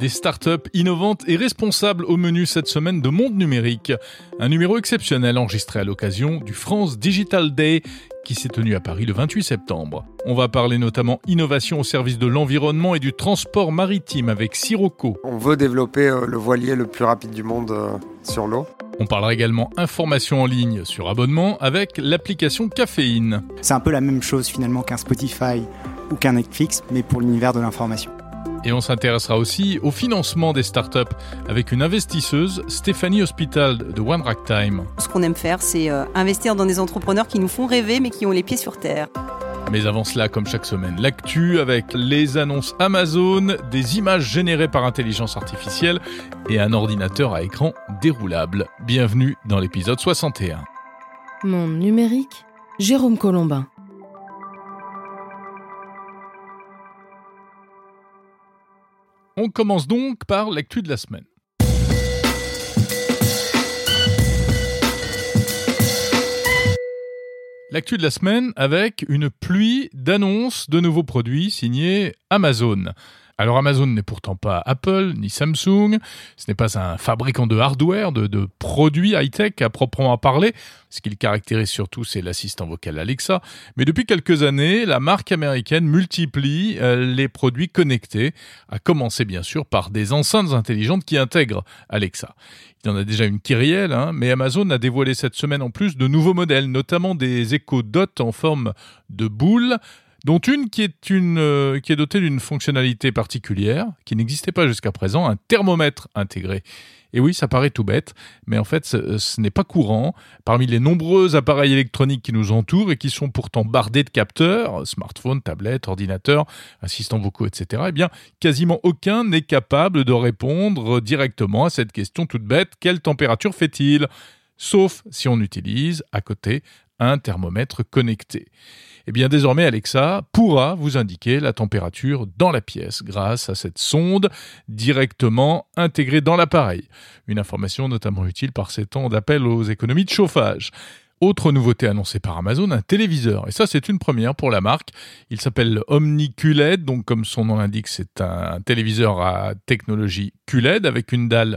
Des startups innovantes et responsables au menu cette semaine de Monde Numérique. Un numéro exceptionnel enregistré à l'occasion du France Digital Day qui s'est tenu à Paris le 28 septembre. On va parler notamment innovation au service de l'environnement et du transport maritime avec Sirocco. On veut développer le voilier le plus rapide du monde sur l'eau. On parlera également information en ligne sur abonnement avec l'application Caféine. C'est un peu la même chose finalement qu'un Spotify ou qu'un Netflix, mais pour l'univers de l'information. Et on s'intéressera aussi au financement des startups avec une investisseuse, Stéphanie Hospital de One Rack Time. Ce qu'on aime faire, c'est investir dans des entrepreneurs qui nous font rêver mais qui ont les pieds sur terre. Mais avant cela, comme chaque semaine, l'actu avec les annonces Amazon, des images générées par intelligence artificielle et un ordinateur à écran déroulable. Bienvenue dans l'épisode 61. Monde numérique, Jérôme Colombin. On commence donc par l'actu de la semaine. L'actu de la semaine avec une pluie d'annonces de nouveaux produits signés Amazon. Alors Amazon n'est pourtant pas Apple ni Samsung, ce n'est pas un fabricant de hardware, de produits high-tech à proprement parler. Ce qui le caractérise surtout, c'est l'assistant vocal Alexa. Mais depuis quelques années, la marque américaine multiplie les produits connectés, à commencer bien sûr par des enceintes intelligentes qui intègrent Alexa. Il y en a déjà une kyrielle, mais Amazon a dévoilé cette semaine en plus de nouveaux modèles, notamment des Echo Dot en forme de boule, dont une qui est dotée d'une fonctionnalité particulière, qui n'existait pas jusqu'à présent, un thermomètre intégré. Et oui, ça paraît tout bête, mais en fait, ce n'est pas courant. Parmi les nombreux appareils électroniques qui nous entourent et qui sont pourtant bardés de capteurs, smartphones, tablettes, ordinateurs, assistants vocaux, etc., eh bien, quasiment aucun n'est capable de répondre directement à cette question toute bête, quelle température fait-il ? Sauf si on utilise à côté un thermomètre connecté. Eh bien, désormais, Alexa pourra vous indiquer la température dans la pièce grâce à cette sonde directement intégrée dans l'appareil. Une information notamment utile par ces temps d'appel aux économies de chauffage. Autre nouveauté annoncée par Amazon, un téléviseur. Et ça, c'est une première pour la marque. Il s'appelle Omni QLED, donc comme son nom l'indique, c'est un téléviseur à technologie QLED avec une dalle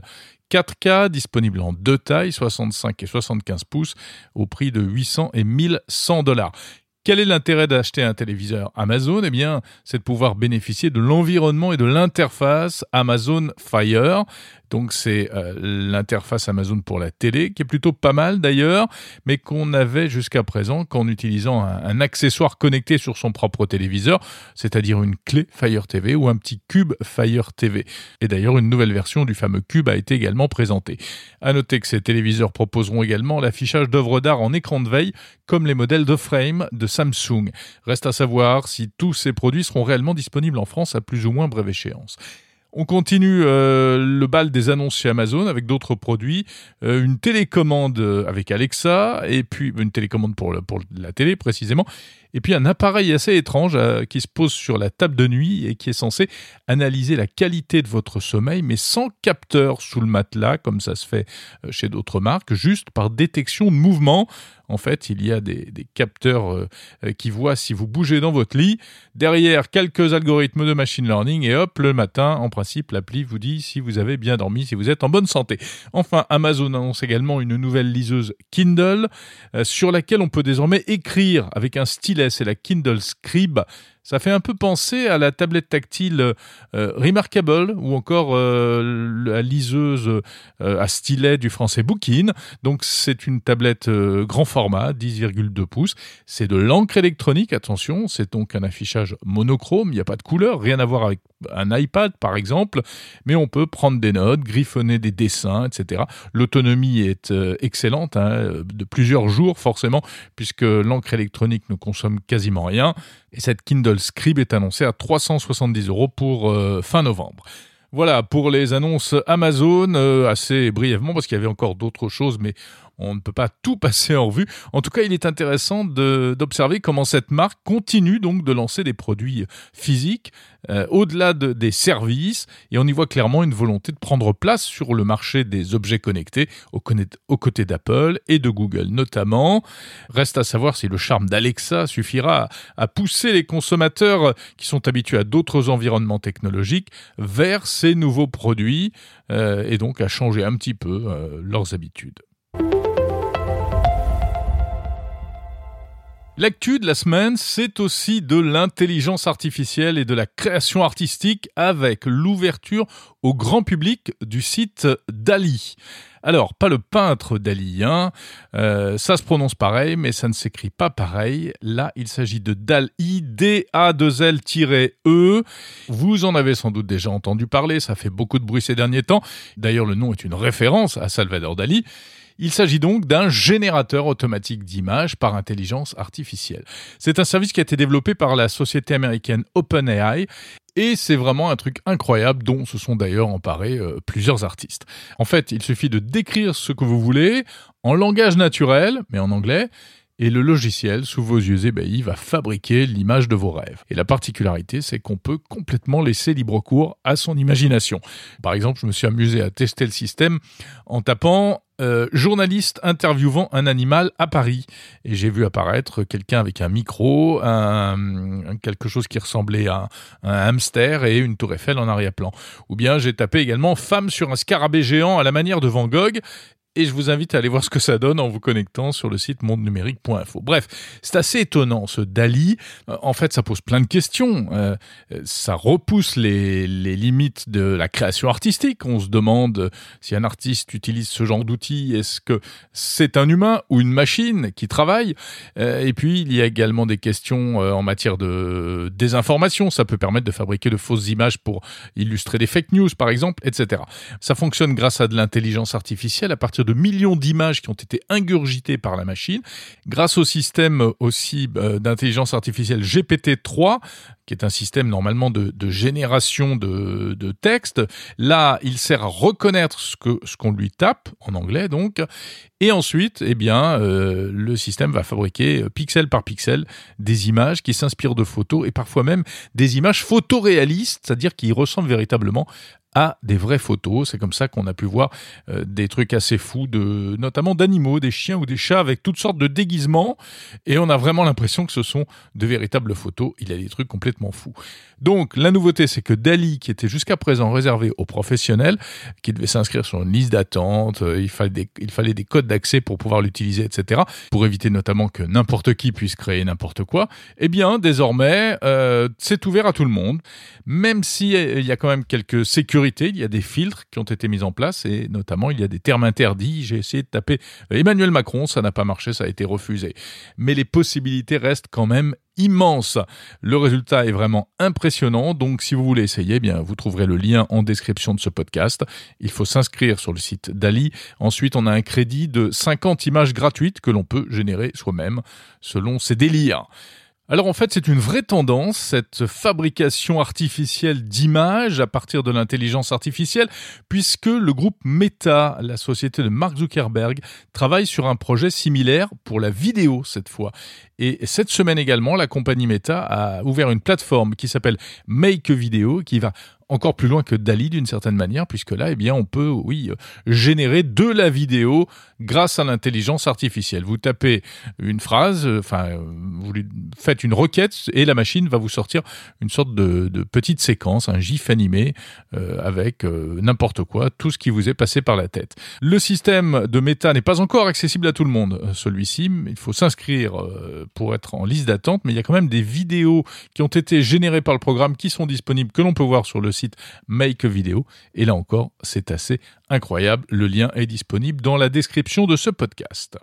4K disponible en deux tailles, 65 et 75 pouces, au prix de 800 et 1100 $. Quel est l'intérêt d'acheter un téléviseur Amazon ? Eh bien, c'est de pouvoir bénéficier de l'environnement et de l'interface Amazon Fire. Donc, c'est l'interface Amazon pour la télé, qui est plutôt pas mal d'ailleurs, mais qu'on avait jusqu'à présent qu'en utilisant un accessoire connecté sur son propre téléviseur, c'est-à-dire une clé Fire TV ou un petit cube Fire TV. Et d'ailleurs, une nouvelle version du fameux cube a été également présentée. À noter que ces téléviseurs proposeront également l'affichage d'œuvres d'art en écran de veille, comme les modèles de Frame de Samsung. Reste à savoir si tous ces produits seront réellement disponibles en France à plus ou moins brève échéance. On continue le bal des annonces chez Amazon avec d'autres produits, une télécommande avec Alexa, et puis une télécommande pour la télé précisément, et puis un appareil assez étrange qui se pose sur la table de nuit et qui est censé analyser la qualité de votre sommeil, mais sans capteur sous le matelas, comme ça se fait chez d'autres marques, juste par détection de mouvement. En fait, il y a des capteurs qui voient si vous bougez dans votre lit. Derrière, quelques algorithmes de machine learning et hop, le matin, en principe, l'appli vous dit si vous avez bien dormi, si vous êtes en bonne santé. Enfin, Amazon annonce également une nouvelle liseuse Kindle sur laquelle on peut désormais écrire avec un stylet. C'est la Kindle Scribe. Ça fait un peu penser à la tablette tactile Remarkable ou encore la liseuse à stylet du français Bookin. Donc c'est une tablette grand format, 10,2 pouces. C'est de l'encre électronique, attention, c'est donc un affichage monochrome, il n'y a pas de couleur, rien à voir avec un iPad par exemple, mais on peut prendre des notes, griffonner des dessins, etc. L'autonomie est excellente, de plusieurs jours forcément, puisque l'encre électronique ne consomme quasiment rien. Et cette Kindle Scribe est annoncée à 370 € pour fin novembre. Voilà pour les annonces Amazon, assez brièvement, parce qu'il y avait encore d'autres choses, mais On ne peut pas tout passer en revue. En tout cas, il est intéressant d'observer comment cette marque continue donc de lancer des produits physiques au-delà des services, et on y voit clairement une volonté de prendre place sur le marché des objets connectés aux côtés d'Apple et de Google notamment. Reste à savoir si le charme d'Alexa suffira à pousser les consommateurs qui sont habitués à d'autres environnements technologiques vers ces nouveaux produits et donc à changer un petit peu leurs habitudes. L'actu de la semaine, c'est aussi de l'intelligence artificielle et de la création artistique avec l'ouverture au grand public du site DALL-E. Alors, pas le peintre Dali, ça se prononce pareil, mais ça ne s'écrit pas pareil. Là, il s'agit de DALL-E, D-A-2-L-E. Vous en avez sans doute déjà entendu parler, ça fait beaucoup de bruit ces derniers temps. D'ailleurs, le nom est une référence à Salvador Dali. Il s'agit donc d'un générateur automatique d'images par intelligence artificielle. C'est un service qui a été développé par la société américaine OpenAI et c'est vraiment un truc incroyable dont se sont d'ailleurs emparés plusieurs artistes. En fait, il suffit de décrire ce que vous voulez en langage naturel, mais en anglais, et le logiciel, sous vos yeux ébahis, va fabriquer l'image de vos rêves. Et la particularité, c'est qu'on peut complètement laisser libre cours à son imagination. Par exemple, je me suis amusé à tester le système en tapant journaliste interviewant un animal à Paris. Et j'ai vu apparaître quelqu'un avec un micro, quelque chose qui ressemblait à un hamster et une tour Eiffel en arrière-plan. Ou bien j'ai tapé également femme sur un scarabée géant à la manière de Van Gogh. Et je vous invite à aller voir ce que ça donne en vous connectant sur le site mondenumérique.info. Bref, c'est assez étonnant ce DALL-E. En fait, ça pose plein de questions. Ça repousse les limites de la création artistique. On se demande si un artiste utilise ce genre d'outils, est-ce que c'est un humain ou une machine qui travaille ? Et puis, il y a également des questions en matière de désinformation. Ça peut permettre de fabriquer de fausses images pour illustrer des fake news, par exemple, etc. Ça fonctionne grâce à de l'intelligence artificielle à partir de millions d'images qui ont été ingurgitées par la machine, grâce au système aussi d'intelligence artificielle GPT-3, qui est un système normalement de génération de texte. Là, il sert à reconnaître ce qu'on lui tape, en anglais donc, et ensuite, le système va fabriquer pixel par pixel des images qui s'inspirent de photos et parfois même des images photoréalistes, c'est-à-dire qui ressemblent véritablement à des vraies photos. C'est comme ça qu'on a pu voir des trucs assez fous, notamment d'animaux, des chiens ou des chats avec toutes sortes de déguisements. Et on a vraiment l'impression que ce sont de véritables photos. Il y a des trucs complètement fous. Donc, la nouveauté, c'est que DALL-E, qui était jusqu'à présent réservé aux professionnels, qui devaient s'inscrire sur une liste d'attente, il fallait des codes d'accès pour pouvoir l'utiliser, etc., pour éviter notamment que n'importe qui puisse créer n'importe quoi, eh bien, désormais, c'est ouvert à tout le monde, même s'il y a quand même quelques sécurités. Il y a des filtres qui ont été mis en place et notamment il y a des termes interdits. J'ai essayé de taper Emmanuel Macron, ça n'a pas marché, ça a été refusé. Mais les possibilités restent quand même immenses. Le résultat est vraiment impressionnant, donc si vous voulez essayer, vous trouverez le lien en description de ce podcast. Il faut s'inscrire sur le site DALL-E. Ensuite, on a un crédit de 50 images gratuites que l'on peut générer soi-même selon ses délires. Alors en fait, c'est une vraie tendance, cette fabrication artificielle d'images à partir de l'intelligence artificielle, puisque le groupe Meta, la société de Mark Zuckerberg, travaille sur un projet similaire pour la vidéo cette fois. Et cette semaine également, la compagnie Meta a ouvert une plateforme qui s'appelle Make a Video, qui va encore plus loin que DALL-E d'une certaine manière, puisque là, on peut, générer de la vidéo grâce à l'intelligence artificielle. Vous tapez une phrase, vous lui faites une requête et la machine va vous sortir une sorte de petite séquence, un gif animé avec n'importe quoi, tout ce qui vous est passé par la tête. Le système de Meta n'est pas encore accessible à tout le monde, celui-ci. Il faut s'inscrire pour être en liste d'attente, mais il y a quand même des vidéos qui ont été générées par le programme qui sont disponibles, que l'on peut voir sur le site Make a Video. Et là encore, c'est assez incroyable. Le lien est disponible dans la description de ce podcast.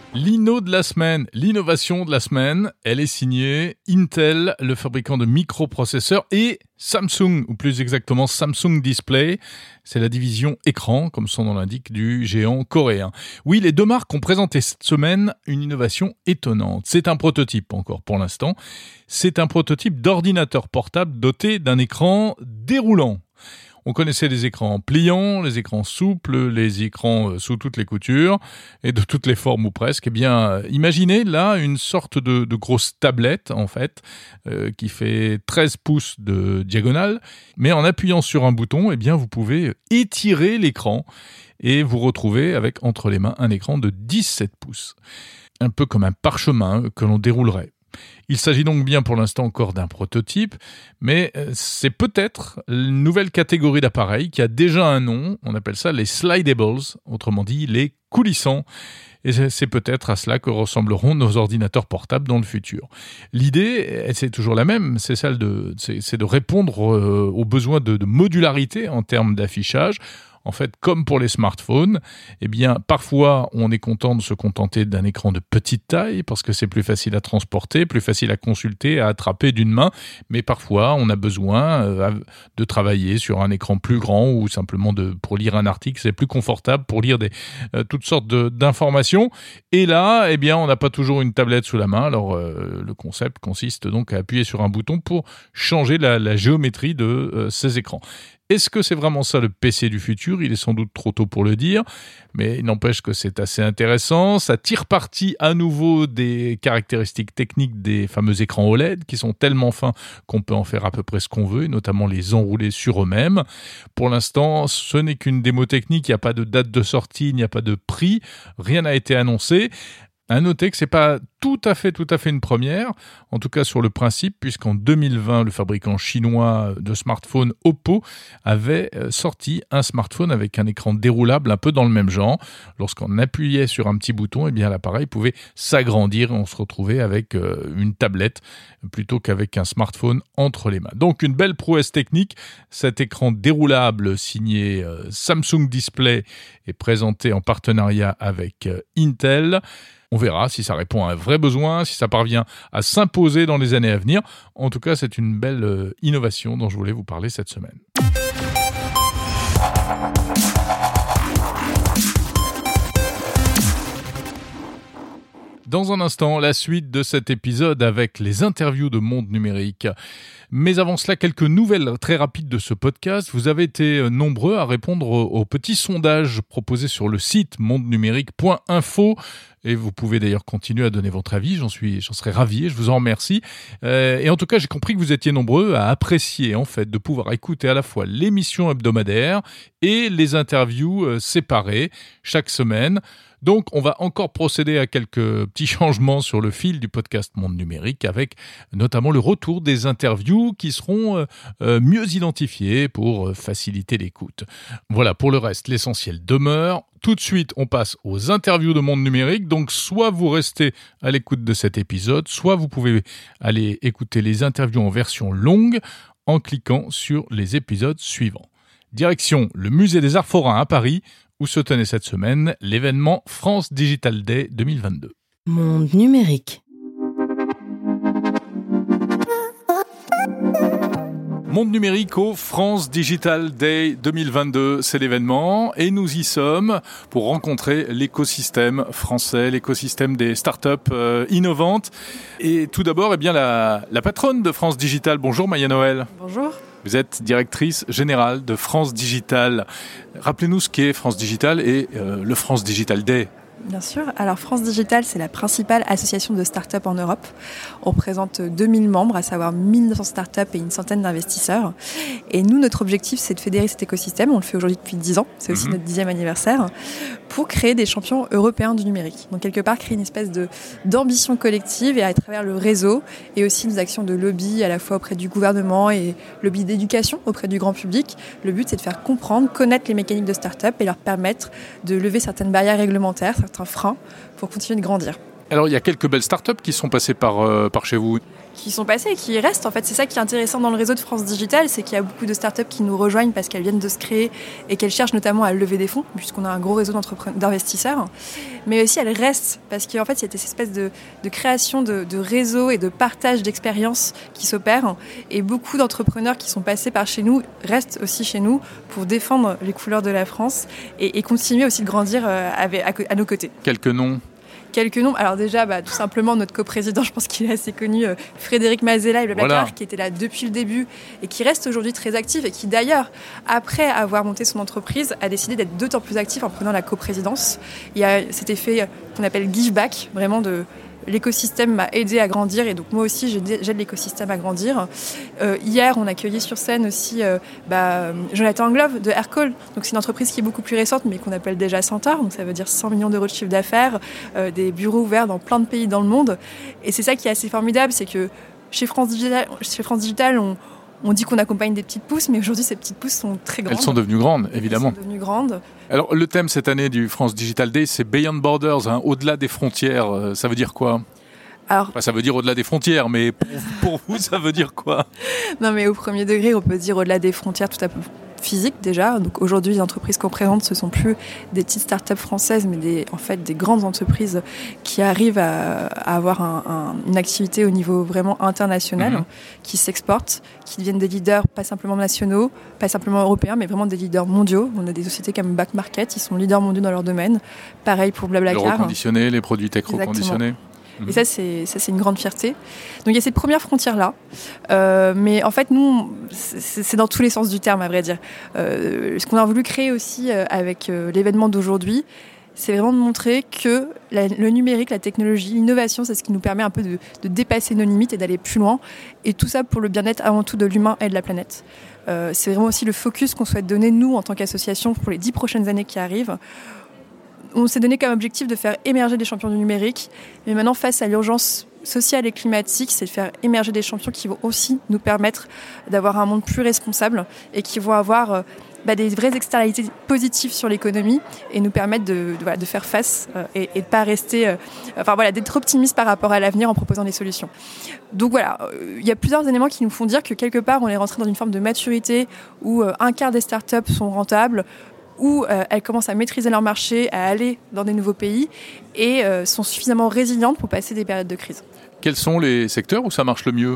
L'Inno de la semaine, l'innovation de la semaine, elle est signée Intel, le fabricant de microprocesseurs, et Samsung, ou plus exactement Samsung Display. C'est la division écran, comme son nom l'indique, du géant coréen. Oui, les deux marques ont présenté cette semaine une innovation étonnante. C'est un prototype encore pour l'instant. C'est un prototype d'ordinateur portable doté d'un écran déroulant. On connaissait les écrans pliants, les écrans souples, les écrans sous toutes les coutures et de toutes les formes ou presque. Eh bien, imaginez là une sorte de grosse tablette en fait qui fait 13 pouces de diagonale, mais en appuyant sur un bouton, eh bien vous pouvez étirer l'écran et vous retrouver avec entre les mains un écran de 17 pouces. Un peu comme un parchemin que l'on déroulerait. Il s'agit donc bien pour l'instant encore d'un prototype, mais c'est peut-être une nouvelle catégorie d'appareils qui a déjà un nom, on appelle ça les slidables, autrement dit les coulissants, et c'est peut-être à cela que ressembleront nos ordinateurs portables dans le futur. L'idée, c'est toujours la même, c'est celle de répondre aux besoins de modularité en termes d'affichage. En fait, comme pour les smartphones, eh bien, parfois, on est content de se contenter d'un écran de petite taille parce que c'est plus facile à transporter, plus facile à consulter, à attraper d'une main. Mais parfois, on a besoin de travailler sur un écran plus grand ou simplement pour lire un article. C'est plus confortable pour lire toutes sortes d'informations. Et là, eh bien, on n'a pas toujours une tablette sous la main. Alors, le concept consiste donc à appuyer sur un bouton pour changer la géométrie de ces écrans. Est-ce que c'est vraiment ça le PC du futur ? Il est sans doute trop tôt pour le dire, mais il n'empêche que c'est assez intéressant. Ça tire parti à nouveau des caractéristiques techniques des fameux écrans OLED qui sont tellement fins qu'on peut en faire à peu près ce qu'on veut, et notamment les enrouler sur eux-mêmes. Pour l'instant, ce n'est qu'une démo technique, il n'y a pas de date de sortie, il n'y a pas de prix, rien n'a été annoncé. À noter que c'est pas tout à fait une première, en tout cas sur le principe, puisqu'en 2020, le fabricant chinois de smartphones Oppo avait sorti un smartphone avec un écran déroulable un peu dans le même genre. Lorsqu'on appuyait sur un petit bouton, eh bien l'appareil pouvait s'agrandir et on se retrouvait avec une tablette plutôt qu'avec un smartphone entre les mains. Donc une belle prouesse technique. Cet écran déroulable signé Samsung Display est présenté en partenariat avec Intel. On verra si ça répond à un vrai besoin, si ça parvient à s'imposer dans les années à venir. En tout cas, c'est une belle innovation dont je voulais vous parler cette semaine. Dans un instant, la suite de cet épisode avec les interviews de Monde Numérique. Mais avant cela, quelques nouvelles très rapides de ce podcast. Vous avez été nombreux à répondre au petit sondage proposé sur le site mondenumérique.info. Et vous pouvez d'ailleurs continuer à donner votre avis, j'en serais ravi et je vous en remercie. Et en tout cas, j'ai compris que vous étiez nombreux à apprécier en fait de pouvoir écouter à la fois l'émission hebdomadaire et les interviews séparées chaque semaine. Donc, on va encore procéder à quelques petits changements sur le fil du podcast Monde Numérique avec notamment le retour des interviews qui seront mieux identifiées pour faciliter l'écoute. Voilà, pour le reste, l'essentiel demeure. Tout de suite, on passe aux interviews de Monde Numérique. Donc, soit vous restez à l'écoute de cet épisode, soit vous pouvez aller écouter les interviews en version longue en cliquant sur les épisodes suivants. Direction le Musée des Arts Forains à Paris, où se tenait cette semaine l'événement France Digital Day 2022. Monde Numérique. Monde Numérique au France Digital Day 2022, c'est l'événement et nous y sommes pour rencontrer l'écosystème français, l'écosystème des startups innovantes. Et tout d'abord, eh bien, la patronne de France Digital. Bonjour Maya Noël. Bonjour. Vous êtes directrice générale de France Digital. Rappelez-nous ce qu'est France Digital et le France Digital Day. Bien sûr. Alors France Digital, c'est la principale association de start-up en Europe. On représente 2000 membres, à savoir 1900 start-up et une centaine d'investisseurs. Et nous, notre objectif, c'est de fédérer cet écosystème. On le fait aujourd'hui depuis 10 ans. C'est aussi notre 10e anniversaire. Pour créer des champions européens du numérique. Donc quelque part, créer une espèce d'ambition collective et à travers le réseau et aussi nos actions de lobby à la fois auprès du gouvernement et lobby d'éducation auprès du grand public. Le but, c'est de faire comprendre, connaître les mécaniques de start-up et leur permettre de lever certaines barrières réglementaires, certains freins pour continuer de grandir. Alors, il y a quelques belles startups qui sont passées par chez vous. qui sont passées et qui restent. En fait, c'est ça qui est intéressant dans le réseau de France Digital, c'est qu'il y a beaucoup de startups qui nous rejoignent parce qu'elles viennent de se créer et qu'elles cherchent notamment à lever des fonds, puisqu'on a un gros réseau d'investisseurs. Mais aussi, elles restent parce qu'en fait, il y a cette espèce de création de réseau et de partage d'expériences qui s'opèrent. Et beaucoup d'entrepreneurs qui sont passés par chez nous restent aussi chez nous pour défendre les couleurs de la France et continuer aussi de grandir à nos côtés. Quelques noms. Alors déjà, tout simplement, notre coprésident, je pense qu'il est assez connu, Frédéric Mazella et Blablacar, Voilà. qui était là depuis le début et qui reste aujourd'hui très actif et qui d'ailleurs, après avoir monté son entreprise, a décidé d'être d'autant plus actif en prenant la coprésidence. Il y a cet effet qu'on appelle give back, vraiment l'écosystème m'a aidé à grandir et donc moi aussi j'aide l'écosystème à grandir. Hier on accueillait sur scène aussi Jonathan Anglove de Aircall, donc c'est une entreprise qui est beaucoup plus récente mais qu'on appelle déjà Centaure, donc ça veut dire 100 millions d'euros de chiffre d'affaires, des bureaux ouverts dans plein de pays dans le monde et c'est ça qui est assez formidable, c'est que chez France Digital on dit qu'on accompagne des petites pousses, mais aujourd'hui, ces petites pousses sont très grandes. Elles sont devenues grandes, évidemment. Elles sont devenues grandes. Alors, le thème cette année du France Digital Day, c'est Beyond Borders, au-delà des frontières. Ça veut dire quoi ? Ça veut dire au-delà des frontières, mais pour vous, ça veut dire quoi ? Non, mais au premier degré, on peut dire au-delà des frontières tout à fait physique déjà. Donc aujourd'hui, les entreprises qu'on présente, ce sont plus des petites startups françaises, mais des grandes entreprises qui arrivent à avoir une activité au niveau vraiment international, qui s'exportent, qui deviennent des leaders pas simplement nationaux, pas simplement européens, mais vraiment des leaders mondiaux. On a des sociétés comme Back Market, ils sont leaders mondiaux dans leur domaine. Pareil pour Blablacar. Le reconditionné, les produits tech reconditionnés. Et ça, c'est une grande fierté. Donc, il y a cette première frontière-là. Mais en fait, nous, c'est dans tous les sens du terme, à vrai dire. Ce qu'on a voulu créer aussi avec l'événement d'aujourd'hui, c'est vraiment de montrer que le numérique, la technologie, l'innovation, c'est ce qui nous permet un peu de dépasser nos limites et d'aller plus loin. Et tout ça pour le bien-être avant tout de l'humain et de la planète. C'est vraiment aussi le focus qu'on souhaite donner, nous, en tant qu'association, pour les 10 prochaines années qui arrivent. On s'est donné comme objectif de faire émerger des champions du numérique. Mais maintenant, face à l'urgence sociale et climatique, c'est de faire émerger des champions qui vont aussi nous permettre d'avoir un monde plus responsable et qui vont avoir des vraies externalités positives sur l'économie et nous permettre de faire face et de pas rester... d'être optimiste par rapport à l'avenir en proposant des solutions. Donc voilà, il y a plusieurs éléments qui nous font dire que quelque part, on est rentré dans une forme de maturité où un quart des startups sont rentables, où elles commencent à maîtriser leur marché, à aller dans des nouveaux pays et sont suffisamment résilientes pour passer des périodes de crise. Quels sont les secteurs où ça marche le mieux ?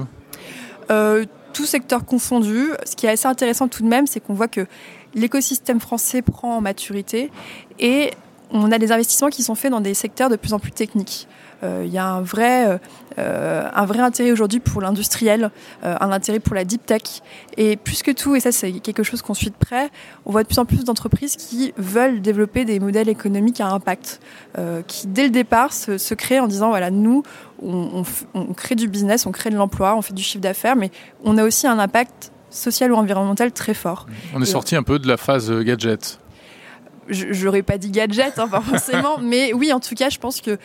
Tout secteur confondu. Ce qui est assez intéressant tout de même, c'est qu'on voit que l'écosystème français prend en maturité et on a des investissements qui sont faits dans des secteurs de plus en plus techniques. Il y a un vrai intérêt aujourd'hui pour l'industriel, un intérêt pour la deep tech. Et plus que tout, et ça c'est quelque chose qu'on suit de près, on voit de plus en plus d'entreprises qui veulent développer des modèles économiques à impact, qui dès le départ se créent en disant voilà, nous, on crée du business, on crée de l'emploi, on fait du chiffre d'affaires, mais on a aussi un impact social ou environnemental très fort. On est sorti un peu de la phase gadget. J'aurais pas dit gadget, pas forcément, mais oui, en tout cas, je pense que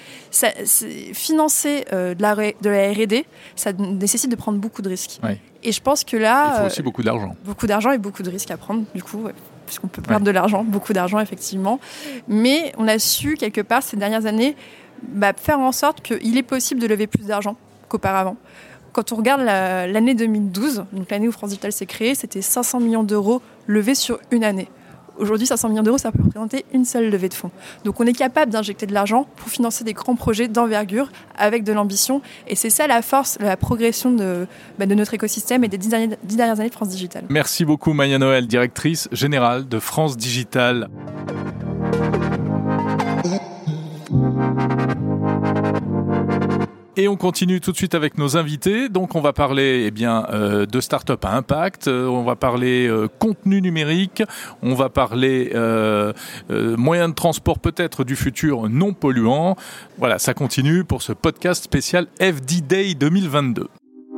financer de la R&D, ça nécessite de prendre beaucoup de risques. Oui. Et je pense que là... Il faut aussi beaucoup d'argent. Beaucoup d'argent et beaucoup de risques à prendre, du coup, puisqu'on peut perdre de l'argent, beaucoup d'argent, effectivement. Mais on a su, quelque part, ces dernières années, faire en sorte qu'il est possible de lever plus d'argent qu'auparavant. Quand on regarde l'année 2012, donc l'année où France Digital s'est créée, c'était 500 millions d'euros levés sur une année. Aujourd'hui, 500 millions d'euros, ça peut représenter une seule levée de fonds. Donc on est capable d'injecter de l'argent pour financer des grands projets d'envergure avec de l'ambition. Et c'est ça la force, la progression de notre écosystème et des 10 dernières années de France Digital. Merci beaucoup Maya Noël, directrice générale de France Digital. Et on continue tout de suite avec nos invités. Donc on va parler de start-up à impact, on va parler contenu numérique, on va parler moyens de transport peut-être du futur non polluant. Voilà, ça continue pour ce podcast spécial FD Day 2022.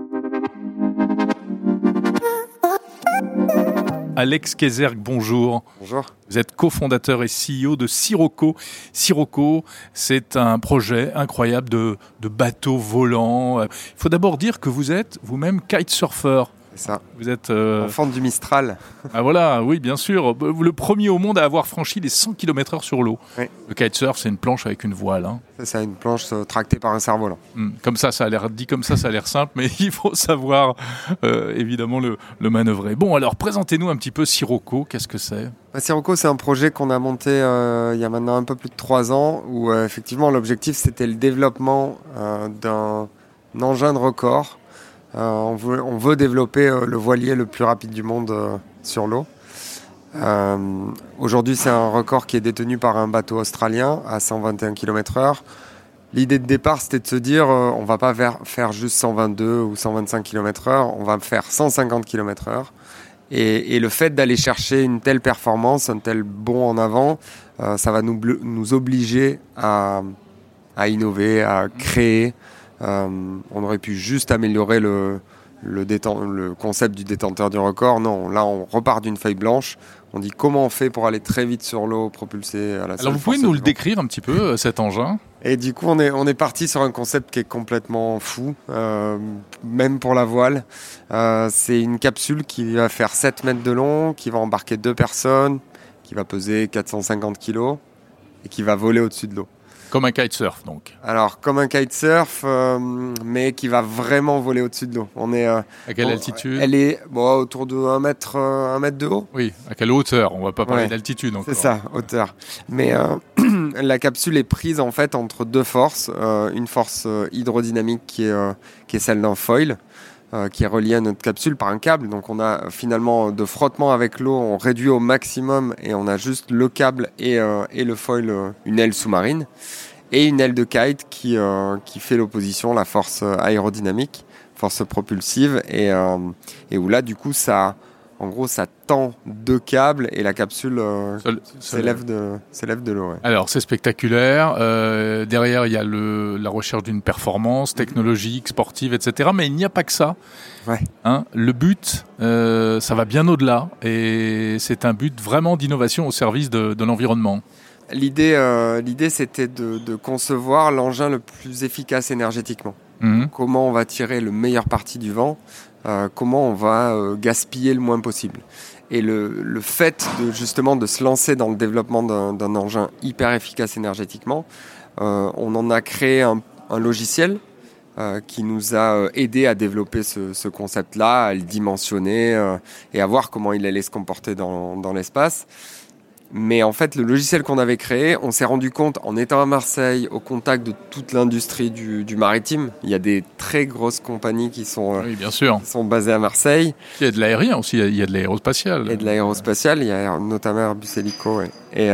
Alex Kézergue, bonjour. Bonjour. Vous êtes cofondateur et CEO de Sirocco. Sirocco, c'est un projet incroyable de bateaux volants. Il faut d'abord dire que vous êtes vous-même kitesurfer. C'est ça. Vous êtes... Enfant du Mistral. Ah voilà, oui, bien sûr. Le premier au monde à avoir franchi les 100 km/h sur l'eau. Oui. Le kitesurf, c'est une planche avec une voile. Hein. C'est ça, une planche tractée par un cerf-volant. Comme ça a l'air dit comme ça a l'air simple, mais il faut savoir évidemment le manœuvrer. Bon, alors présentez-nous un petit peu Sirocco. Qu'est-ce que c'est ? Sirocco, c'est un projet qu'on a monté il y a maintenant un peu plus de 3 ans, où effectivement l'objectif c'était le développement d'un engin de record. On veut développer le voilier le plus rapide du monde sur l'eau. Aujourd'hui, c'est un record qui est détenu par un bateau australien à 121 km/h. L'idée de départ, c'était de se dire on va pas faire juste 122 ou 125 km/h, on va faire 150 km/h. Et le fait d'aller chercher une telle performance, un tel bond en avant, ça va nous obliger à innover, à créer. On aurait pu juste améliorer le concept du détenteur du record. Non, là on repart d'une feuille blanche. On dit comment on fait pour aller très vite sur l'eau, propulsé à la seule Alors vous pouvez force nous du le vent. décrire un petit peu, cet engin ? Et du coup on est parti sur un concept qui est complètement fou, même pour la voile. C'est une capsule qui va faire 7 mètres de long, qui va embarquer 2 personnes, qui va peser 450 kilos et qui va voler au-dessus de l'eau. Comme un kitesurf, donc. Alors, comme un kitesurf, mais qui va vraiment voler au-dessus de l'eau. On est, À quelle altitude ? Elle est autour de 1 mètre de haut. Oui, à quelle hauteur ? On va pas parler Ouais. d'altitude encore. C'est ça, hauteur. Mais la capsule est prise en fait entre 2 forces. Une force hydrodynamique qui est celle d'un foil, qui est relié à notre capsule par un câble. Donc on a finalement de frottement avec l'eau, on réduit au maximum et on a juste le câble et le foil, une aile sous-marine. Et une aile de kite qui fait l'opposition, la force aérodynamique, force propulsive, et où là, du coup, ça tend 2 câbles et la capsule s'élève de l'eau. Ouais. Alors, c'est spectaculaire. Derrière, il y a la recherche d'une performance technologique, sportive, etc. Mais il n'y a pas que ça. Ouais. Hein, le but, ça va bien au-delà. Et c'est un but vraiment d'innovation au service de l'environnement. L'idée, c'était de concevoir l'engin le plus efficace énergétiquement. Comment on va tirer le meilleur parti du vent, comment on va gaspiller le moins possible. Et le fait de se lancer dans le développement d'un engin hyper efficace énergétiquement, on en a créé un logiciel qui nous a aidé à développer ce concept-là, à le dimensionner et à voir comment il allait se comporter dans l'espace. Mais en fait, le logiciel qu'on avait créé, on s'est rendu compte, en étant à Marseille, au contact de toute l'industrie du maritime, il y a des très grosses compagnies qui sont, oui, bien sûr. Qui sont basées à Marseille. Il y a de l'aérien aussi, il y a de l'aérospatial. Et de l'aérospatial, il y a notamment Airbus Hélico. Et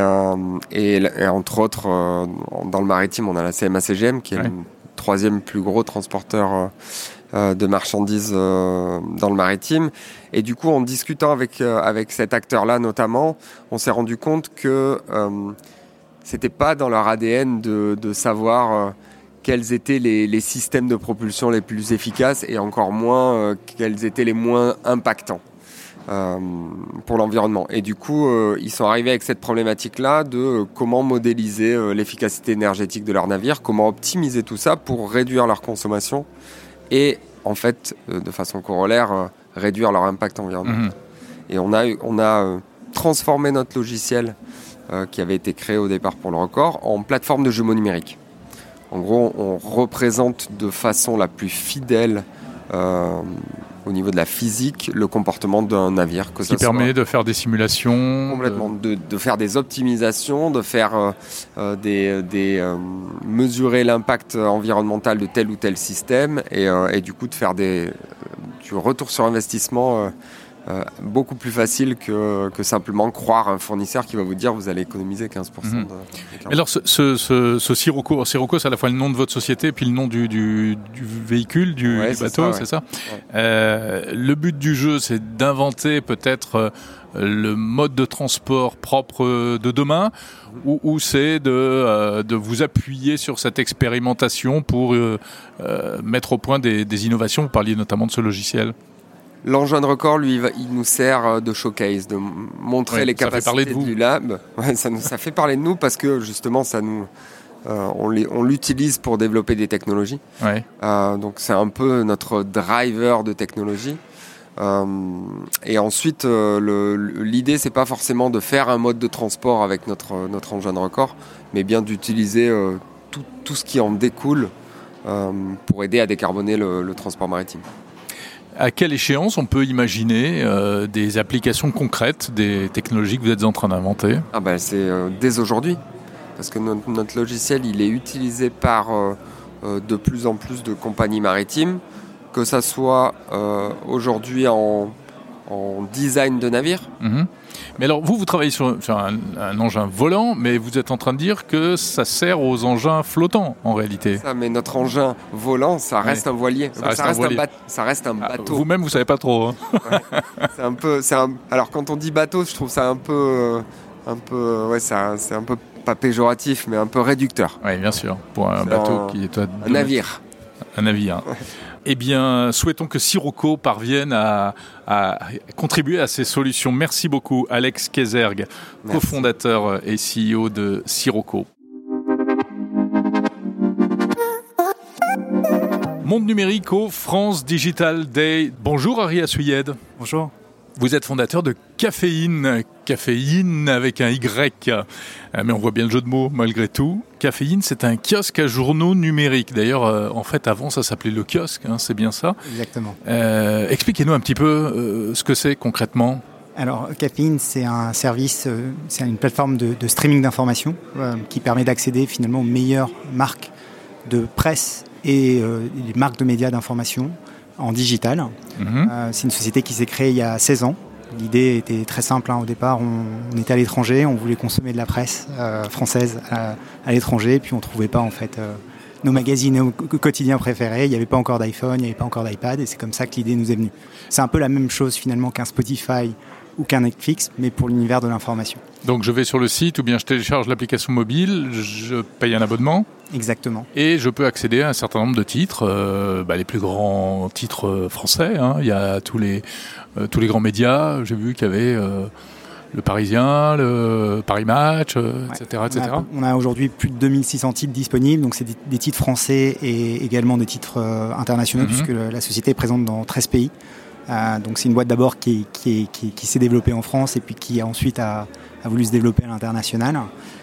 entre autres, dans le maritime, on a la CMA-CGM, qui est le 3e plus gros transporteur de marchandises dans le maritime. Et du coup, en discutant avec cet acteur-là notamment, on s'est rendu compte que c'était pas dans leur ADN de savoir quels étaient les systèmes de propulsion les plus efficaces et encore moins quels étaient les moins impactants pour l'environnement. Et du coup, ils sont arrivés avec cette problématique-là de comment modéliser l'efficacité énergétique de leur navire, comment optimiser tout ça pour réduire leur consommation et en fait, de façon corollaire, réduire leur impact environnemental. Et on a transformé notre logiciel qui avait été créé au départ pour le record en plateforme de jumeaux numériques. En gros, on représente de façon la plus fidèle au niveau de la physique le comportement d'un navire. Ce qui permet de faire des simulations. Complètement, de faire des optimisations, de faire mesurer l'impact environnemental de tel ou tel système et du coup de faire du retour sur investissement beaucoup plus facile que simplement croire un fournisseur qui va vous dire vous allez économiser 15%. Alors ce Sirocco, c'est à la fois le nom de votre société et puis le nom du véhicule, du bateau, c'est ça, le but du jeu, c'est d'inventer peut-être le mode de transport propre de demain ou c'est de vous appuyer sur cette expérimentation pour mettre au point des innovations. Vous parliez notamment de ce logiciel. L'engin de record, lui, il nous sert de showcase, de montrer les capacités du lab. Ouais, ça fait parler de nous parce que justement, on l'utilise pour développer des technologies. Ouais. Donc c'est un peu notre driver de technologie. Et ensuite, l'idée, c'est pas forcément de faire un mode de transport avec notre engin de record, mais bien d'utiliser tout ce qui en découle pour aider à décarboner le transport maritime. À quelle échéance on peut imaginer des applications concrètes des technologies que vous êtes en train d'inventer ? C'est dès aujourd'hui, parce que notre logiciel, il est utilisé par de plus en plus de compagnies maritimes, que ça soit aujourd'hui en design de navire. Mais alors, vous travaillez sur un engin volant, mais vous êtes en train de dire que ça sert aux engins flottants, en réalité. Ça, mais notre engin volant, ça reste un voilier. Ça reste un bateau. Vous-même, vous savez pas trop. Alors, quand on dit bateau, je trouve ça c'est un peu pas péjoratif, mais un peu réducteur. Oui, bien sûr. Pour un bateau qui est un navire. Un navire. Eh bien, souhaitons que Sirocco parvienne à contribuer à ces solutions. Merci beaucoup, Alex Kézergue, cofondateur et CEO de Sirocco. Monde numérique au France Digital Day. Bonjour, Ari Assouyed. Bonjour. Vous êtes fondateur de Caféine avec un Y, mais on voit bien le jeu de mots malgré tout. Caféine, c'est un kiosque à journaux numériques. D'ailleurs, en fait, avant, ça s'appelait le kiosque, c'est bien ça ? Exactement. Expliquez-nous un petit peu ce que c'est concrètement. Alors, Caféine, c'est un service, c'est une plateforme de streaming d'informations qui permet d'accéder finalement aux meilleures marques de presse et les marques de médias d'information en digital. C'est une société qui s'est créée il y a 16 ans. L'idée était très simple. Au départ, on était à l'étranger, on voulait consommer de la presse française à l'étranger, puis on ne trouvait pas en fait nos magazines quotidiens préférés. Il n'y avait pas encore d'iPhone, il n'y avait pas encore d'iPad, et c'est comme ça que l'idée nous est venue. C'est un peu la même chose finalement qu'un Spotify ou qu'un Netflix, mais pour l'univers de l'information. Donc je vais sur le site ou bien je télécharge l'application mobile, je paye un abonnement. Exactement. Et je peux accéder à un certain nombre de titres, les plus grands titres français. Il y a tous les grands médias. J'ai vu qu'il y avait le Parisien, le Paris Match, etc. On a aujourd'hui plus de 2600 titres disponibles, donc c'est des titres français et également des titres internationaux, puisque la société est présente dans 13 pays. Donc c'est une boîte d'abord qui s'est développée en France et puis qui ensuite a voulu se développer à l'international.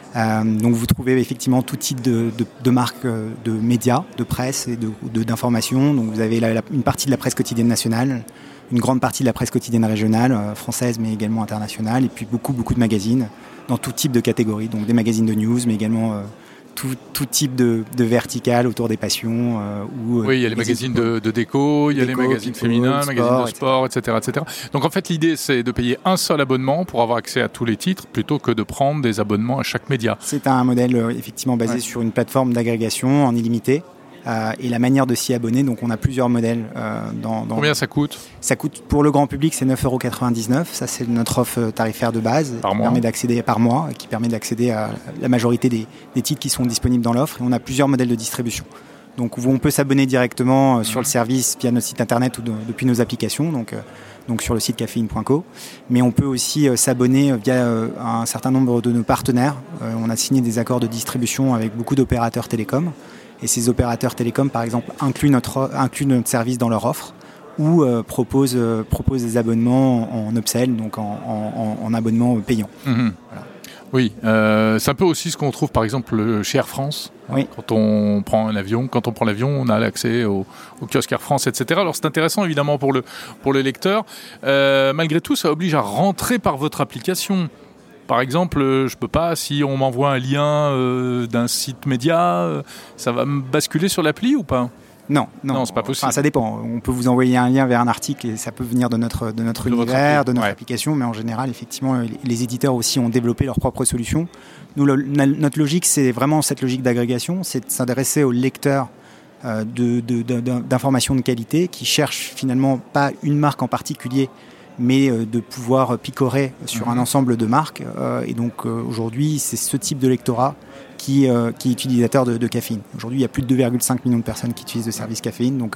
Donc vous trouvez effectivement tout type de marques de médias, de presse et d'information. Donc vous avez une partie de la presse quotidienne nationale, une grande partie de la presse quotidienne régionale, française mais également internationale, et puis beaucoup de magazines dans tout type de catégories. Donc des magazines de news, mais également tout type de verticale autour des passions. Oui, il y a les magazines de déco, il y a les magazines féminins, les magazines de sport, etc. Donc en fait, l'idée, c'est de payer un seul abonnement pour avoir accès à tous les titres, plutôt que de prendre des abonnements à chaque média. C'est un modèle effectivement basé sur une plateforme d'agrégation en illimité. Et la manière de s'y abonner, donc on a plusieurs modèles. Combien ça coûte ? Ça coûte pour le grand public, c'est 9,99 €. Ça, c'est notre offre tarifaire de base qui permet d'accéder par mois, qui permet d'accéder à la majorité des titres qui sont disponibles dans l'offre. Et on a plusieurs modèles de distribution. Donc on peut s'abonner directement sur le service via notre site internet ou depuis nos applications, donc sur le site caféine.co. Mais on peut aussi s'abonner via un certain nombre de nos partenaires. On a signé des accords de distribution avec beaucoup d'opérateurs télécoms. Et ces opérateurs télécoms, par exemple, incluent notre service dans leur offre ou proposent des abonnements en upsell, donc en abonnement payant. Voilà. Oui, c'est un peu aussi ce qu'on trouve, par exemple, chez Air France. Oui. Quand on prend l'avion, on a l'accès au kiosque Air France, etc. Alors c'est intéressant, évidemment, pour le lecteur. Malgré tout, ça oblige à rentrer par votre application. Par exemple, je peux pas, si on m'envoie un lien d'un site média, ça va me basculer sur l'appli ou pas ? Non, c'est pas possible. Enfin, ça dépend. On peut vous envoyer un lien vers un article et ça peut venir de notre univers, de notre application, mais en général, effectivement, les éditeurs aussi ont développé leurs propres solutions. Nous, notre logique, c'est vraiment cette logique d'agrégation, c'est de s'adresser aux lecteurs d'informations de qualité qui cherchent finalement pas une marque en particulier, mais de pouvoir picorer sur un ensemble de marques. Et donc aujourd'hui, c'est ce type de lectorat qui est utilisateur de Caféine. Aujourd'hui, il y a plus de 2,5 millions de personnes qui utilisent le service Caféine. Donc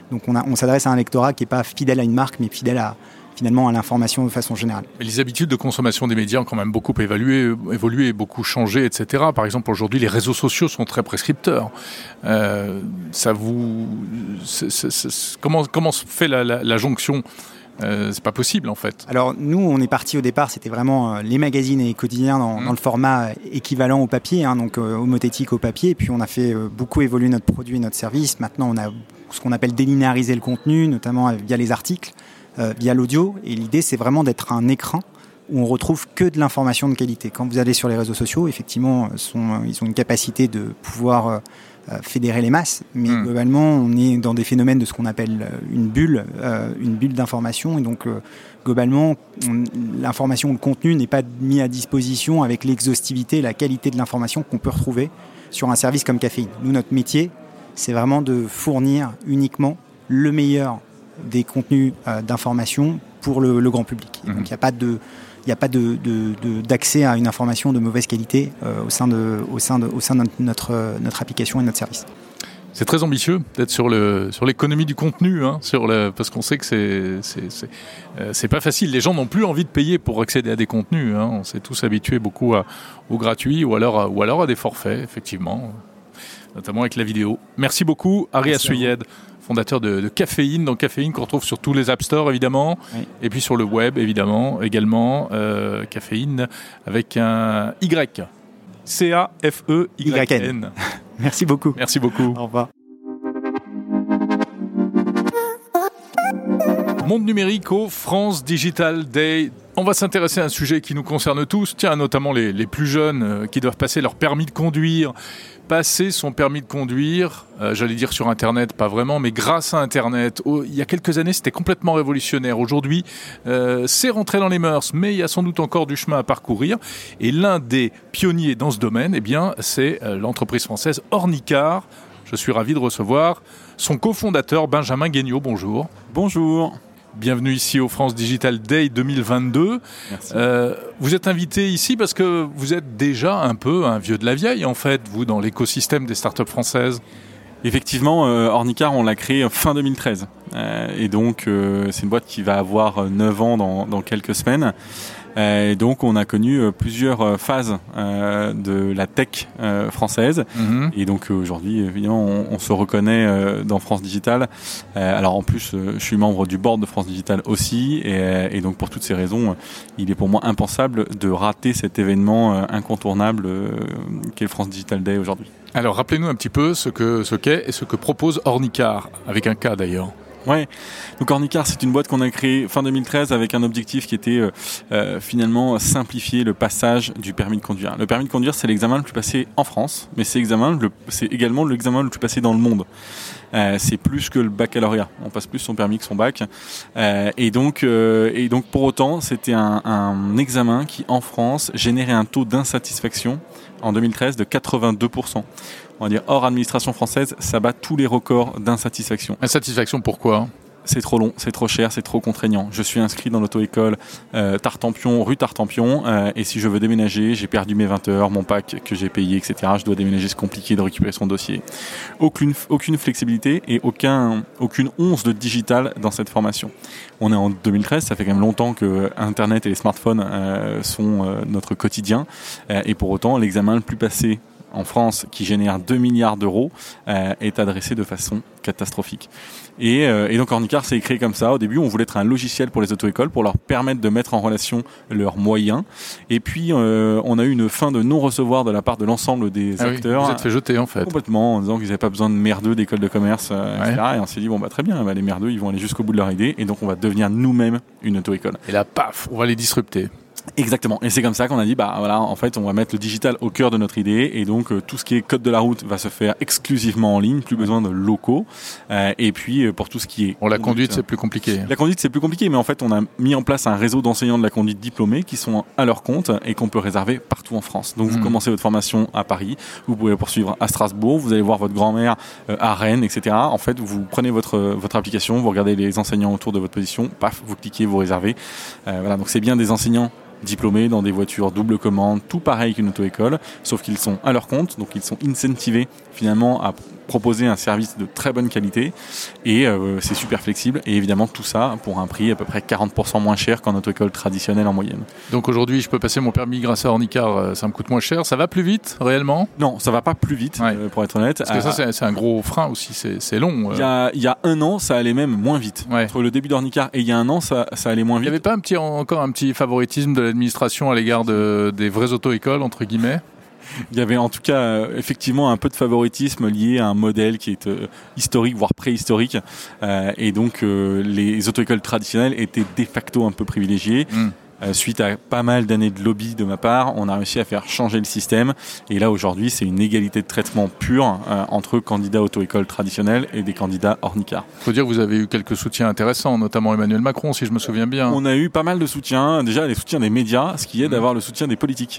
on s'adresse à un lectorat qui n'est pas fidèle à une marque, mais fidèle à l'information de façon générale. Mais les habitudes de consommation des médias ont quand même beaucoup évolué, beaucoup changé, etc. Par exemple, aujourd'hui, les réseaux sociaux sont très prescripteurs. Comment se fait la jonction C'est pas possible en fait. Alors nous, on est parti au départ, c'était vraiment les magazines et les quotidiens dans le format équivalent au papier, donc homothétique au papier. Et puis on a fait beaucoup évoluer notre produit et notre service. Maintenant, on a ce qu'on appelle délinéariser le contenu, notamment via les articles, via l'audio. Et l'idée, c'est vraiment d'être un écran où on retrouve que de l'information de qualité. Quand vous allez sur les réseaux sociaux, effectivement, ils ont une capacité de pouvoir fédérer les masses, mais globalement, on est dans des phénomènes de ce qu'on appelle une bulle d'information, et donc globalement, l'information, le contenu n'est pas mis à disposition avec l'exhaustivité, la qualité de l'information qu'on peut retrouver sur un service comme Caféine. Nous, notre métier, c'est vraiment de fournir uniquement le meilleur des contenus d'information pour le grand public. Donc il n'y a pas d'accès à une information de mauvaise qualité au sein de notre application et notre service. C'est très ambitieux d'être sur l'économie du contenu, parce qu'on sait que c'est pas facile. Les gens n'ont plus envie de payer pour accéder à des contenus. On s'est tous habitués beaucoup au gratuit ou alors à des forfaits, effectivement, notamment avec la vidéo. Merci beaucoup, Ari Assuyed, fondateur de Caféine, donc Caféine qu'on retrouve sur tous les App Store évidemment, et puis sur le web évidemment, également Caféine avec un Y, C-A-F-E-Y-N. Merci beaucoup. Merci beaucoup. Au revoir. Monde numérique au France Digital Day. On va s'intéresser à un sujet qui nous concerne tous, notamment les plus jeunes qui doivent passer leur permis de conduire. Passer son permis de conduire, j'allais dire sur Internet, pas vraiment, mais grâce à Internet. Il y a quelques années, c'était complètement révolutionnaire. Aujourd'hui, c'est rentré dans les mœurs, mais il y a sans doute encore du chemin à parcourir. Et l'un des pionniers dans ce domaine, c'est l'entreprise française Ornicar. Je suis ravi de recevoir son cofondateur Benjamin Guignot. Bonjour. Bonjour. Bienvenue ici au France Digital Day 2022. Merci. Vous êtes invité ici parce que vous êtes déjà un peu un vieux de la vieille, en fait, vous, dans l'écosystème des startups françaises. Effectivement, Ornicar, on l'a créé fin 2013. Et donc, c'est une boîte qui va avoir 9 ans dans quelques semaines. Et donc, on a connu plusieurs phases de la tech française. Et donc, aujourd'hui, évidemment, on se reconnaît dans France Digital. Alors, en plus, je suis membre du board de France Digital aussi. Et donc, pour toutes ces raisons, il est pour moi impensable de rater cet événement incontournable qu'est le France Digital Day aujourd'hui. Alors, rappelez-nous un petit peu ce qu'est et ce que propose Ornicar, avec un K d'ailleurs. Ouais. Donc Ornicar, c'est une boîte qu'on a créée fin 2013 avec un objectif qui était finalement simplifier le passage du permis de conduire. Le permis de conduire, c'est l'examen le plus passé en France, mais c'est également l'examen le plus passé dans le monde. C'est plus que le baccalauréat. On passe plus son permis que son bac. Et donc pour autant, c'était un examen qui en France générait un taux d'insatisfaction en 2013 de 82%. On va dire hors administration française, ça bat tous les records d'insatisfaction. Insatisfaction pourquoi ? C'est trop long, c'est trop cher, c'est trop contraignant. Je suis inscrit dans l'auto-école Tartampion, rue Tartampion, et si je veux déménager, j'ai perdu mes 20 heures, mon pack que j'ai payé, etc. Je dois déménager, c'est compliqué de récupérer son dossier. Aucune flexibilité et aucune once de digital dans cette formation. On est en 2013, ça fait quand même longtemps que Internet et les smartphones sont notre quotidien, et pour autant, l'examen le plus passé en France, qui génère 2 milliards d'euros, est adressé de façon catastrophique. Et donc Ornicar s'est créé comme ça. Au début, on voulait être un logiciel pour les auto-écoles, pour leur permettre de mettre en relation leurs moyens. Et puis, on a eu une fin de non-recevoir de la part de l'ensemble des acteurs. Vous êtes fait jeter, en fait. Complètement, en disant qu'ils n'avaient pas besoin de merdeux d'écoles de commerce, etc. Et on s'est dit, très bien, les merdeux, ils vont aller jusqu'au bout de leur idée. Et donc, on va devenir nous-mêmes une auto-école. Et là, paf, on va les disrupter. Exactement. Et c'est comme ça qu'on a dit, en fait, on va mettre le digital au cœur de notre idée. Et donc, tout ce qui est code de la route va se faire exclusivement en ligne, plus besoin de locaux. Et puis, pour tout ce qui est... la conduite, c'est plus compliqué. La conduite, c'est plus compliqué. Mais en fait, on a mis en place un réseau d'enseignants de la conduite diplômés qui sont à leur compte et qu'on peut réserver partout en France. Donc, vous commencez votre formation à Paris. Vous pouvez la poursuivre à Strasbourg. Vous allez voir votre grand-mère à Rennes, etc. En fait, vous prenez votre application, vous regardez les enseignants autour de votre position. Paf, vous cliquez, vous réservez. Donc, c'est bien des enseignants diplômés dans des voitures double commande, tout pareil qu'une auto-école, sauf qu'ils sont à leur compte, donc ils sont incentivés finalement à proposer un service de très bonne qualité et c'est super flexible et évidemment tout ça pour un prix à peu près 40% moins cher qu'en auto-école traditionnelle en moyenne. Donc aujourd'hui je peux passer mon permis grâce à Ornicar, ça me coûte moins cher, ça va plus vite réellement ? Non, ça va pas plus vite pour être honnête. Parce que ça c'est un gros frein aussi, c'est long. Il y a un an ça allait même moins vite. Entre le début d'Ornicar et il y a un an ça allait moins vite. Il n'y avait pas encore un petit favoritisme de l'administration à l'égard des vraies auto-écoles entre guillemets ? Il y avait en tout cas effectivement un peu de favoritisme lié à un modèle qui est historique, voire préhistorique. Et donc les auto-écoles traditionnelles étaient de facto un peu privilégiées. Suite à pas mal d'années de lobby de ma part, on a réussi à faire changer le système. Et là, aujourd'hui, c'est une égalité de traitement pure entre candidats auto-école traditionnels et des candidats Ornicar. Il faut dire que vous avez eu quelques soutiens intéressants, notamment Emmanuel Macron, si je me souviens bien. On a eu pas mal de soutiens. Déjà, les soutiens des médias, ce qui aide à avoir le soutien des politiques.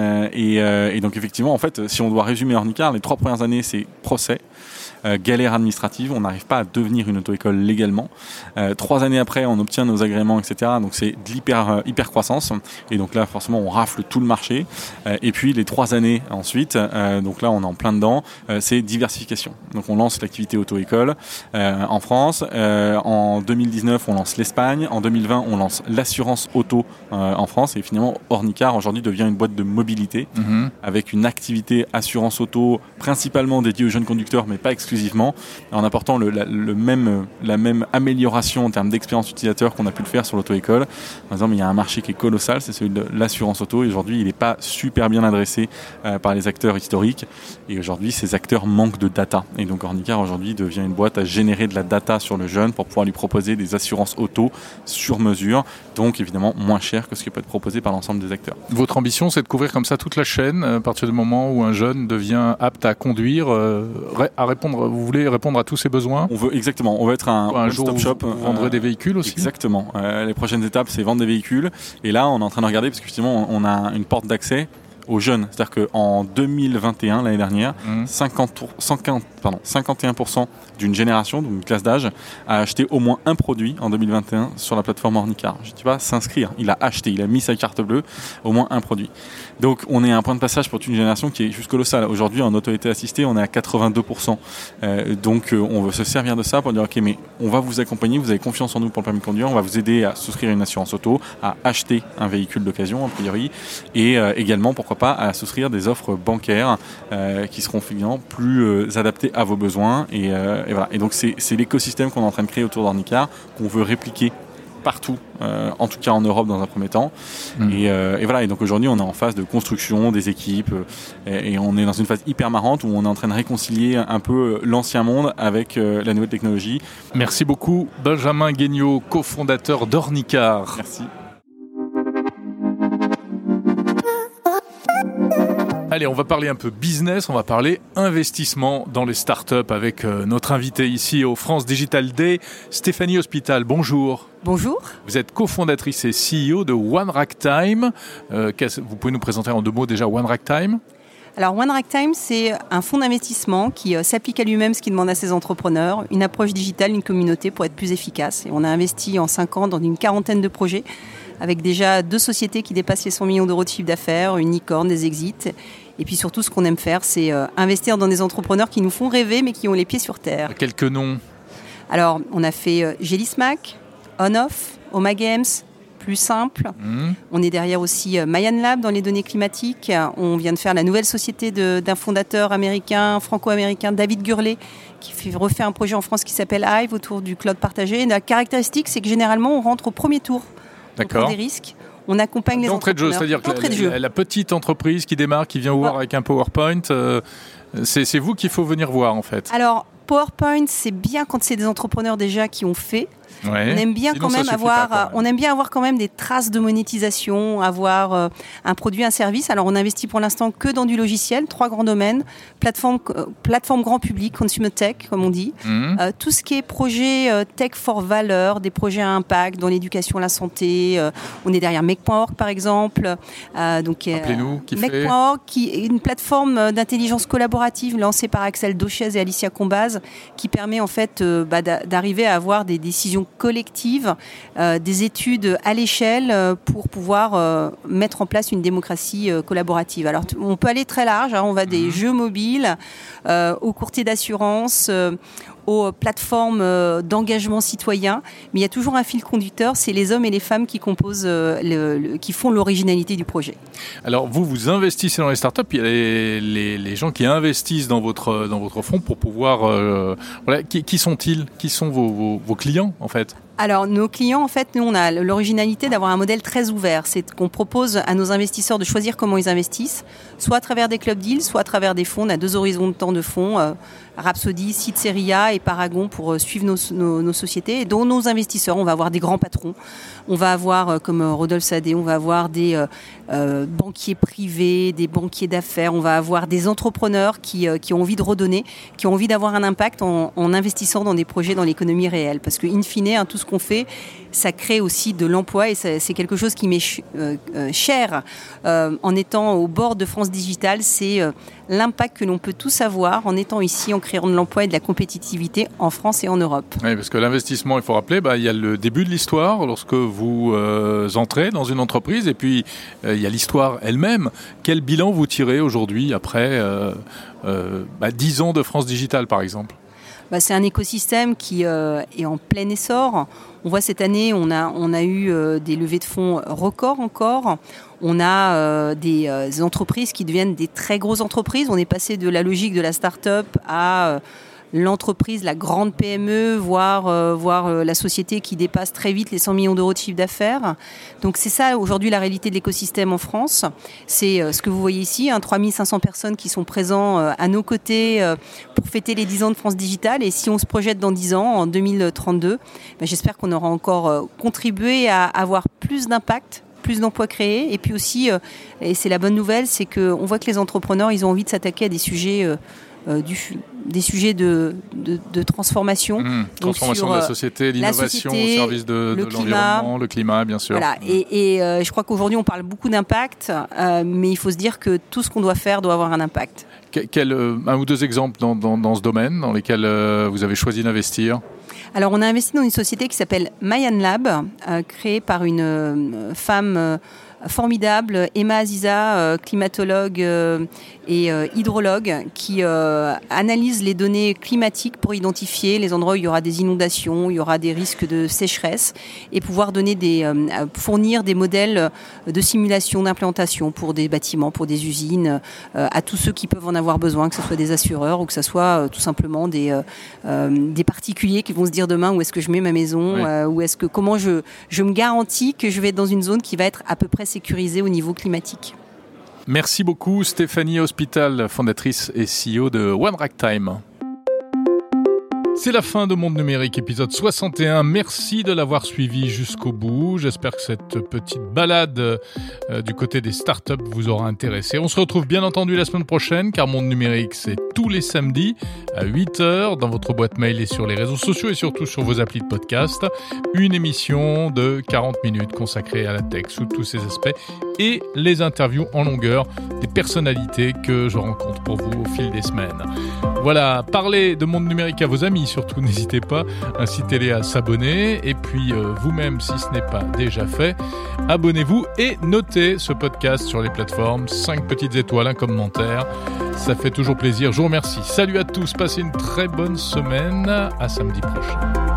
Et donc, effectivement, en fait, si on doit résumer Ornicar, les 3 premières années, c'est procès. Galère administrative, on n'arrive pas à devenir une auto-école légalement. 3 années après, on obtient nos agréments, etc. Donc c'est de hyper croissance. Et donc là, forcément, on rafle tout le marché. Et puis les 3 années ensuite, donc là, on est en plein dedans. C'est diversification. Donc on lance l'activité auto-école en France. En 2019, on lance l'Espagne. En 2020, on lance l'assurance auto en France. Et finalement, Ornicar aujourd'hui devient une boîte de mobilité avec une activité assurance auto principalement dédiée aux jeunes conducteurs, mais pas exclusivement, en apportant la même amélioration en termes d'expérience utilisateur qu'on a pu le faire sur l'auto-école. Par exemple, il y a un marché qui est colossal, c'est celui de l'assurance auto, et aujourd'hui, il n'est pas super bien adressé par les acteurs historiques, et aujourd'hui, ces acteurs manquent de data. Et donc, Ornicar, aujourd'hui, devient une boîte à générer de la data sur le jeune pour pouvoir lui proposer des assurances auto sur mesure, donc évidemment moins cher que ce qui peut être proposé par l'ensemble des acteurs. Votre ambition, c'est de couvrir comme ça toute la chaîne, à partir du moment où un jeune devient apte à conduire, vous voulez répondre à tous ses besoins ? On veut être un stop shop. Vous vendrez des véhicules aussi ? Exactement. Les prochaines étapes, c'est vendre des véhicules. Et là, on est en train de regarder, parce que justement, on a une porte d'accès aux jeunes. C'est-à-dire qu'en 2021, l'année dernière, 51% d'une génération, donc une classe d'âge, a acheté au moins un produit en 2021 sur la plateforme Ornicar. Je ne dis pas s'inscrire, il a acheté, il a mis sa carte bleue, au moins un produit. Donc on est à un point de passage pour toute une génération qui est juste colossal. Aujourd'hui, en autorité assistée, on est à 82%. Donc on veut se servir de ça pour dire ok, mais on va vous accompagner, vous avez confiance en nous pour le permis de conduire, on va vous aider à souscrire une assurance auto, à acheter un véhicule d'occasion a priori, et également pourquoi pas à souscrire des offres bancaires qui seront finalement plus adaptées à vos besoins. Et voilà. Et donc c'est l'écosystème qu'on est en train de créer autour d'Ornicar, qu'on veut répliquer partout, en tout cas en Europe dans un premier temps. Et voilà. Et donc aujourd'hui, on est en phase de construction des équipes et on est dans une phase hyper marrante où on est en train de réconcilier un peu l'ancien monde avec la nouvelle technologie. Merci beaucoup, Benjamin Guignot, cofondateur d'Ornicar. Merci. Allez, on va parler un peu business, on va parler investissement dans les startups avec notre invité ici au France Digital Day, Stéphanie Hospital. Bonjour. Bonjour. Vous êtes cofondatrice et CEO de One Racktime. Vous pouvez nous présenter en 2 mots déjà One Racktime ? Alors One Racktime, c'est un fonds d'investissement qui s'applique à lui-même ce qu'il demande à ses entrepreneurs, une approche digitale, une communauté pour être plus efficace. Et on a investi en 5 ans dans une 40aine de projets, avec déjà 2 sociétés qui dépassent les 100 millions d'euros de chiffre d'affaires, une licorne, des exits. Et puis surtout, ce qu'on aime faire, c'est investir dans des entrepreneurs qui nous font rêver, mais qui ont les pieds sur terre. Quelques noms. Alors, on a fait Gélismac, On-Off, Oma Games, Plus Simple. On est derrière aussi Mayan Lab dans les données climatiques. On vient de faire la nouvelle société d'un fondateur américain, franco-américain, David Gurley, qui refait un projet en France qui s'appelle Hive autour du cloud partagé. Et la caractéristique, c'est que généralement, on rentre au premier tour. D'accord. On prend des risques. On accompagne les entrepreneurs. D'entrée de jeu, c'est-à-dire que la petite entreprise qui démarre, qui vient vous voir avec un PowerPoint, c'est vous qu'il faut venir voir en fait. Alors, PowerPoint, c'est bien quand c'est des entrepreneurs déjà qui ont fait. Ouais. On aime bien quand même avoir quand même des traces de monétisation, avoir un produit, un service. Alors on investit pour l'instant que dans du logiciel, 3 grands domaines, plateforme grand public, consumer tech comme on dit, tout ce qui est projet tech for valeur, des projets à impact dans l'éducation, la santé. On est derrière Make.org par exemple. Appelez-nous, Make.org qui est une plateforme d'intelligence collaborative lancée par Axel Dochez et Alicia Combaz, base qui permet en fait d'arriver à avoir des décisions collectives, des études à l'échelle pour pouvoir mettre en place une démocratie collaborative. Alors on peut aller très large, on va des jeux mobiles aux courtiers d'assurance, aux plateformes d'engagement citoyen, mais il y a toujours un fil conducteur, c'est les hommes et les femmes qui composent, qui font l'originalité du projet. Alors vous investissez dans les startups, il y a les gens qui investissent dans votre fonds pour pouvoir... qui sont-ils ? Qui sont vos clients en fait ? Alors, nos clients, en fait, nous, on a l'originalité d'avoir un modèle très ouvert. C'est qu'on propose à nos investisseurs de choisir comment ils investissent, soit à travers des club deals, soit à travers des fonds. On a 2 horizons de temps de fonds, Rhapsody, Seed-Seria et Paragon pour suivre nos sociétés. Et dont nos investisseurs, on va avoir des grands patrons. On va avoir, comme Rodolphe Sadé, on va avoir des banquiers privés, des banquiers d'affaires. On va avoir des entrepreneurs qui ont envie de redonner, qui ont envie d'avoir un impact en investissant dans des projets dans l'économie réelle. Parce que, in fine, tout ce qu'on fait, ça crée aussi de l'emploi et c'est quelque chose qui m'est cher en étant au bord de France Digital, c'est l'impact que l'on peut tous avoir en étant ici, en créant de l'emploi et de la compétitivité en France et en Europe. Oui, parce que l'investissement, il faut rappeler, il y a le début de l'histoire lorsque vous entrez dans une entreprise et puis il y a l'histoire elle-même. Quel bilan vous tirez aujourd'hui après 10 ans de France Digital par exemple ? C'est un écosystème qui est en plein essor. On voit cette année, on a eu des levées de fonds records encore. On a des entreprises qui deviennent des très grosses entreprises. On est passé de la logique de la start-up à l'entreprise, la grande PME, voire la société qui dépasse très vite les 100 millions d'euros de chiffre d'affaires. Donc c'est ça aujourd'hui la réalité de l'écosystème en France. C'est ce que vous voyez ici, 3500 personnes qui sont présentes à nos côtés pour fêter les 10 ans de France Digital. Et si on se projette dans 10 ans, en 2032, j'espère qu'on aura encore contribué à avoir plus d'impact, plus d'emplois créés. Et puis aussi, et c'est la bonne nouvelle, c'est qu'on voit que les entrepreneurs, ils ont envie de s'attaquer à des sujets des sujets de transformation. Transformation de la société, l'innovation au service de l'environnement, le climat, bien sûr. Voilà. Et je crois qu'aujourd'hui, on parle beaucoup d'impact, mais il faut se dire que tout ce qu'on doit faire doit avoir un impact. Un ou 2 exemples dans ce domaine dans lesquels vous avez choisi d'investir ? Alors, on a investi dans une société qui s'appelle Mayan Lab, créée par une femme formidable, Emma Aziza, climatologue et hydrologue, qui analyse les données climatiques pour identifier les endroits où il y aura des inondations, il y aura des risques de sécheresse, et pouvoir fournir des modèles de simulation d'implantation pour des bâtiments, pour des usines, à tous ceux qui peuvent en avoir besoin, que ce soit des assureurs ou que ce soit tout simplement des particuliers qui vont se dire demain où est-ce que je mets ma maison, comment je me garantis que je vais être dans une zone qui va être à peu près sécurisée au niveau climatique. Merci beaucoup Stéphanie Hospital, fondatrice et CEO de One Ragtime. C'est la fin de Monde Numérique, épisode 61. Merci de l'avoir suivi jusqu'au bout. J'espère que cette petite balade du côté des startups vous aura intéressé. On se retrouve bien entendu la semaine prochaine, car Monde Numérique, c'est tous les samedis à 8h dans votre boîte mail et sur les réseaux sociaux et surtout sur vos applis de podcast. Une émission de 40 minutes consacrée à la tech sous tous ses aspects et les interviews en longueur des personnalités que je rencontre pour vous au fil des semaines. Voilà, parlez de Monde Numérique à vos amis, surtout n'hésitez pas, incitez-les à s'abonner et puis vous-même, si ce n'est pas déjà fait, abonnez-vous et notez ce podcast sur les plateformes, 5 petites étoiles, un commentaire, ça fait toujours plaisir, je vous remercie. Salut à tous, passez une très bonne semaine, à samedi prochain.